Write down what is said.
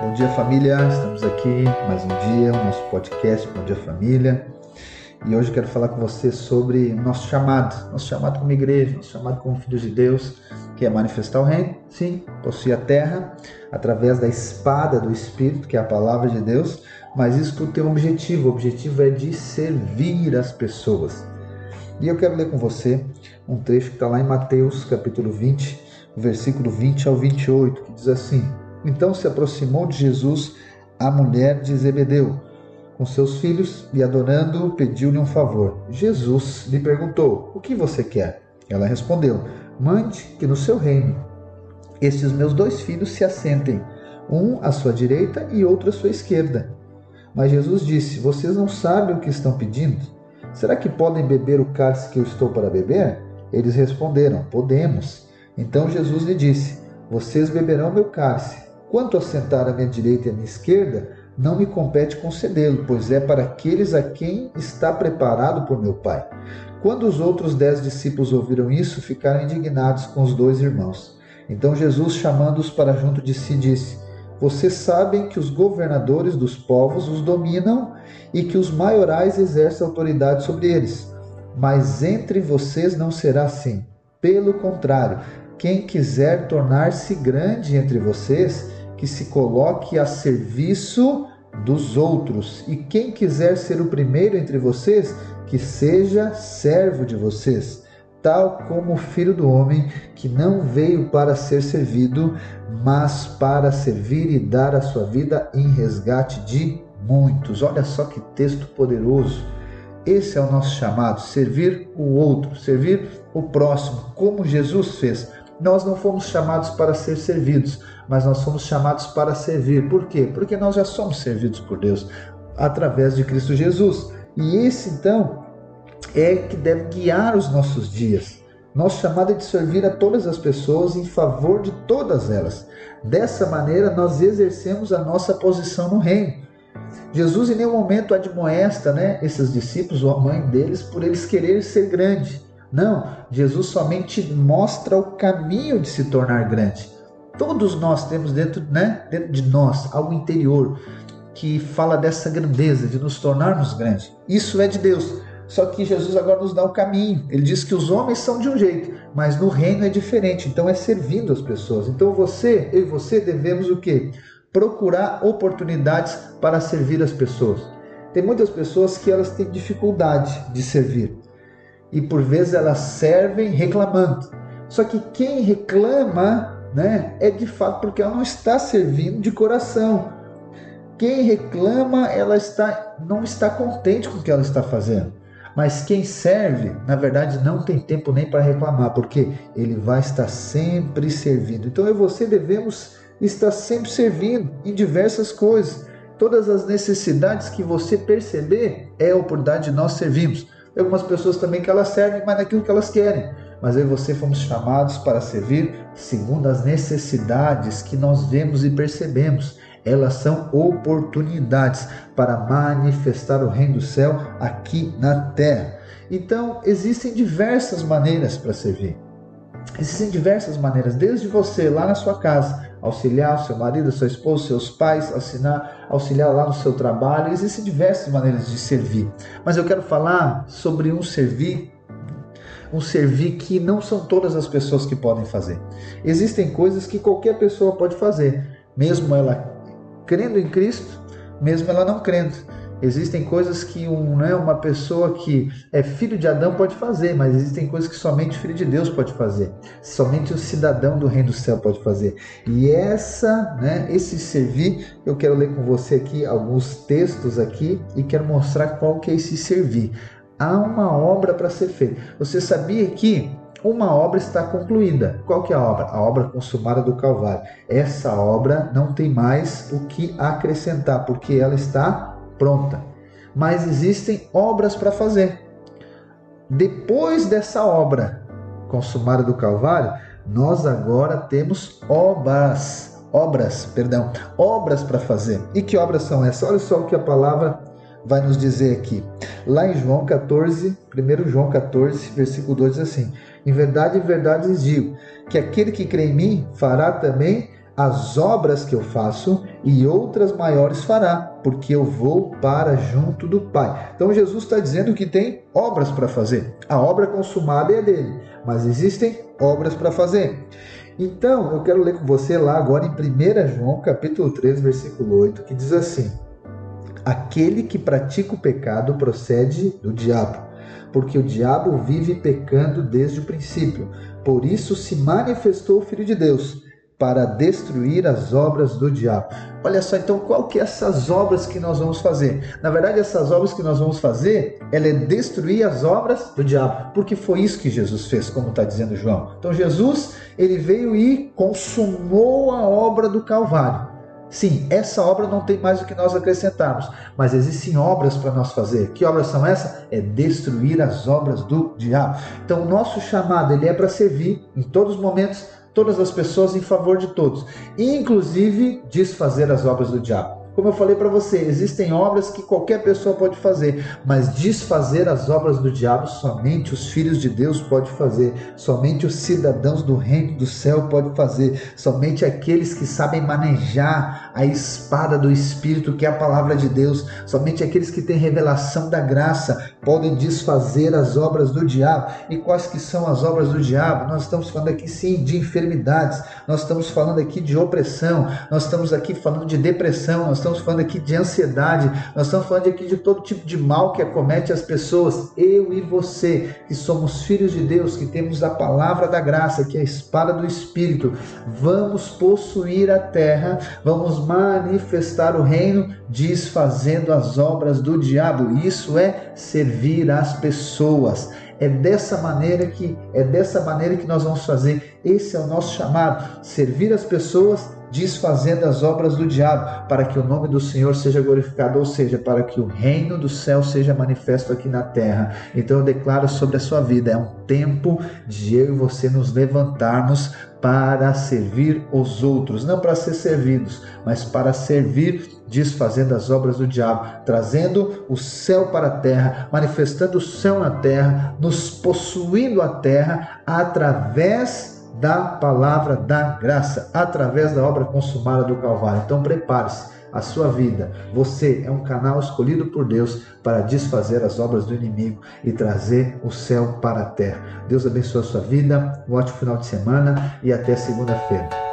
Bom dia, família. Estamos aqui mais um dia, o nosso podcast Bom Dia Família. E hoje eu quero falar com você sobre o nosso chamado como igreja, nosso chamado como filhos de Deus, que é manifestar o reino, sim, possuir a terra, através da espada do Espírito, que é a palavra de Deus, mas isso tudo tem um objetivo. O objetivo é de servir as pessoas. E eu quero ler com você um trecho que está lá em Mateus, capítulo 20, versículo 20 ao 28, que diz assim: Então se aproximou de Jesus a mulher de Zebedeu, com seus filhos, e adorando-o, pediu-lhe um favor. Jesus lhe perguntou: O que você quer? Ela respondeu: Mande que no seu reino estes meus 2 filhos se assentem, um à sua direita e outro à sua esquerda. Mas Jesus disse: Vocês não sabem o que estão pedindo? Será que podem beber o cálice que eu estou para beber? Eles responderam: Podemos. Então Jesus lhe disse: Vocês beberão meu cálice. Quanto a sentar à minha direita e à minha esquerda, não me compete concedê-lo, pois é para aqueles a quem está preparado por meu Pai. Quando os outros 10 discípulos ouviram isso, ficaram indignados com os 2 irmãos. Então Jesus, chamando-os para junto de si, disse: Vocês sabem que os governadores dos povos os dominam e que os maiorais exercem autoridade sobre eles. Mas entre vocês não será assim. Pelo contrário, quem quiser tornar-se grande entre vocês, que se coloque a serviço dos outros. E quem quiser ser o primeiro entre vocês, que seja servo de vocês. Tal como o Filho do Homem, que não veio para ser servido, mas para servir e dar a sua vida em resgate de muitos. Olha só que texto poderoso. Esse é o nosso chamado, servir o outro, servir o próximo, como Jesus fez. Nós não fomos chamados para ser servidos, mas nós fomos chamados para servir. Por quê? Porque nós já somos servidos por Deus, através de Cristo Jesus. E esse, então, é que deve guiar os nossos dias. Nosso chamado é de servir a todas as pessoas em favor de todas elas. Dessa maneira, nós exercemos a nossa posição no reino. Jesus em nenhum momento admoesta, esses discípulos ou a mãe deles por eles quererem ser grande. Não, Jesus somente mostra o caminho de se tornar grande. Todos nós temos dentro de nós algo interior que fala dessa grandeza, de nos tornarmos grandes. Isso é de Deus. Só que Jesus agora nos dá o caminho. Ele diz que os homens são de um jeito, mas no reino é diferente. Então é servindo as pessoas. Então eu e você devemos o quê? Procurar oportunidades para servir as pessoas. Tem muitas pessoas que elas têm dificuldade de servir. E por vezes elas servem reclamando. Só que quem reclama, é de fato porque ela não está servindo de coração. Quem reclama, não está contente com o que ela está fazendo. Mas quem serve, na verdade, não tem tempo nem para reclamar, porque ele vai estar sempre servindo. Então eu e você devemos estar sempre servindo em diversas coisas. Todas as necessidades que você perceber, é a oportunidade de nós servirmos. Tem algumas pessoas também que elas servem, mas naquilo que elas querem. Mas eu e você fomos chamados para servir segundo as necessidades que nós vemos e percebemos. Elas são oportunidades para manifestar o reino do céu aqui na terra. Então, existem diversas maneiras para servir. Existem diversas maneiras, desde você lá na sua casa, auxiliar o seu marido, a sua esposa, seus pais, auxiliar lá no seu trabalho. Existem diversas maneiras de servir. Mas eu quero falar sobre um servir que não são todas as pessoas que podem fazer. Existem coisas que qualquer pessoa pode fazer, mesmo ela crendo em Cristo, mesmo ela não crendo. Existem coisas que uma pessoa que é filho de Adão pode fazer, mas existem coisas que somente o filho de Deus pode fazer. Somente o cidadão do reino do céu pode fazer. E esse servir, eu quero ler com você aqui alguns textos aqui e quero mostrar qual que é esse servir. Há uma obra para ser feita. Você sabia que uma obra está concluída? Qual que é a obra? A obra consumada do Calvário. Essa obra não tem mais o que acrescentar, porque ela está pronta. Mas existem obras para fazer. Depois dessa obra consumada do Calvário, nós agora temos obras para fazer. E que obras são essas? Olha só o que a palavra vai nos dizer aqui. Lá em João 14, 1 João 14, versículo 2 diz assim: Em verdade lhes digo, que aquele que crê em mim fará também as obras que eu faço e outras maiores fará, porque eu vou para junto do Pai. Então Jesus está dizendo que tem obras para fazer. A obra consumada é dele, mas existem obras para fazer. Então eu quero ler com você lá agora em 1 João capítulo 3, versículo 8, que diz assim: aquele que pratica o pecado procede do diabo, porque o diabo vive pecando desde o princípio. Por isso se manifestou o Filho de Deus, para destruir as obras do diabo. Olha só, então, qual que é essas obras que nós vamos fazer? Na verdade, essas obras que nós vamos fazer, ela é destruir as obras do diabo, porque foi isso que Jesus fez, como está dizendo João. Então, Jesus, ele veio e consumou a obra do Calvário. Sim, essa obra não tem mais o que nós acrescentarmos, mas existem obras para nós fazer. Que obras são essas? É destruir as obras do diabo. Então, o nosso chamado, ele é para servir em todos os momentos, todas as pessoas, em favor de todos, inclusive desfazer as obras do diabo. Como eu falei para você, existem obras que qualquer pessoa pode fazer, mas desfazer as obras do diabo somente os filhos de Deus podem fazer, somente os cidadãos do reino do céu podem fazer, somente aqueles que sabem manejar a espada do Espírito, que é a palavra de Deus, somente aqueles que têm revelação da graça podem desfazer as obras do diabo. E quais que são as obras do diabo? Nós estamos falando aqui sim de enfermidades, nós estamos falando aqui de opressão, nós estamos aqui falando de depressão, nós estamos falando aqui de ansiedade, nós estamos falando aqui de todo tipo de mal que acomete as pessoas. Eu e você, que somos filhos de Deus, que temos a palavra da graça, que é a espada do Espírito, vamos possuir a terra, vamos manifestar o reino, desfazendo as obras do diabo. Isso é servir as pessoas. É dessa maneira que nós vamos fazer. Esse é o nosso chamado, servir as pessoas, desfazendo as obras do diabo, para que o nome do Senhor seja glorificado, ou seja, para que o reino do céu seja manifesto aqui na terra. Então eu declaro sobre a sua vida, é um tempo de eu e você nos levantarmos para servir os outros, não para ser servidos, mas para servir, desfazendo as obras do diabo, trazendo o céu para a terra, manifestando o céu na terra, nos possuindo a terra através da palavra da graça, através da obra consumada do Calvário. Então prepare-se, a sua vida, você é um canal escolhido por Deus para desfazer as obras do inimigo e trazer o céu para a terra. Deus abençoe a sua vida, um ótimo final de semana e até segunda-feira.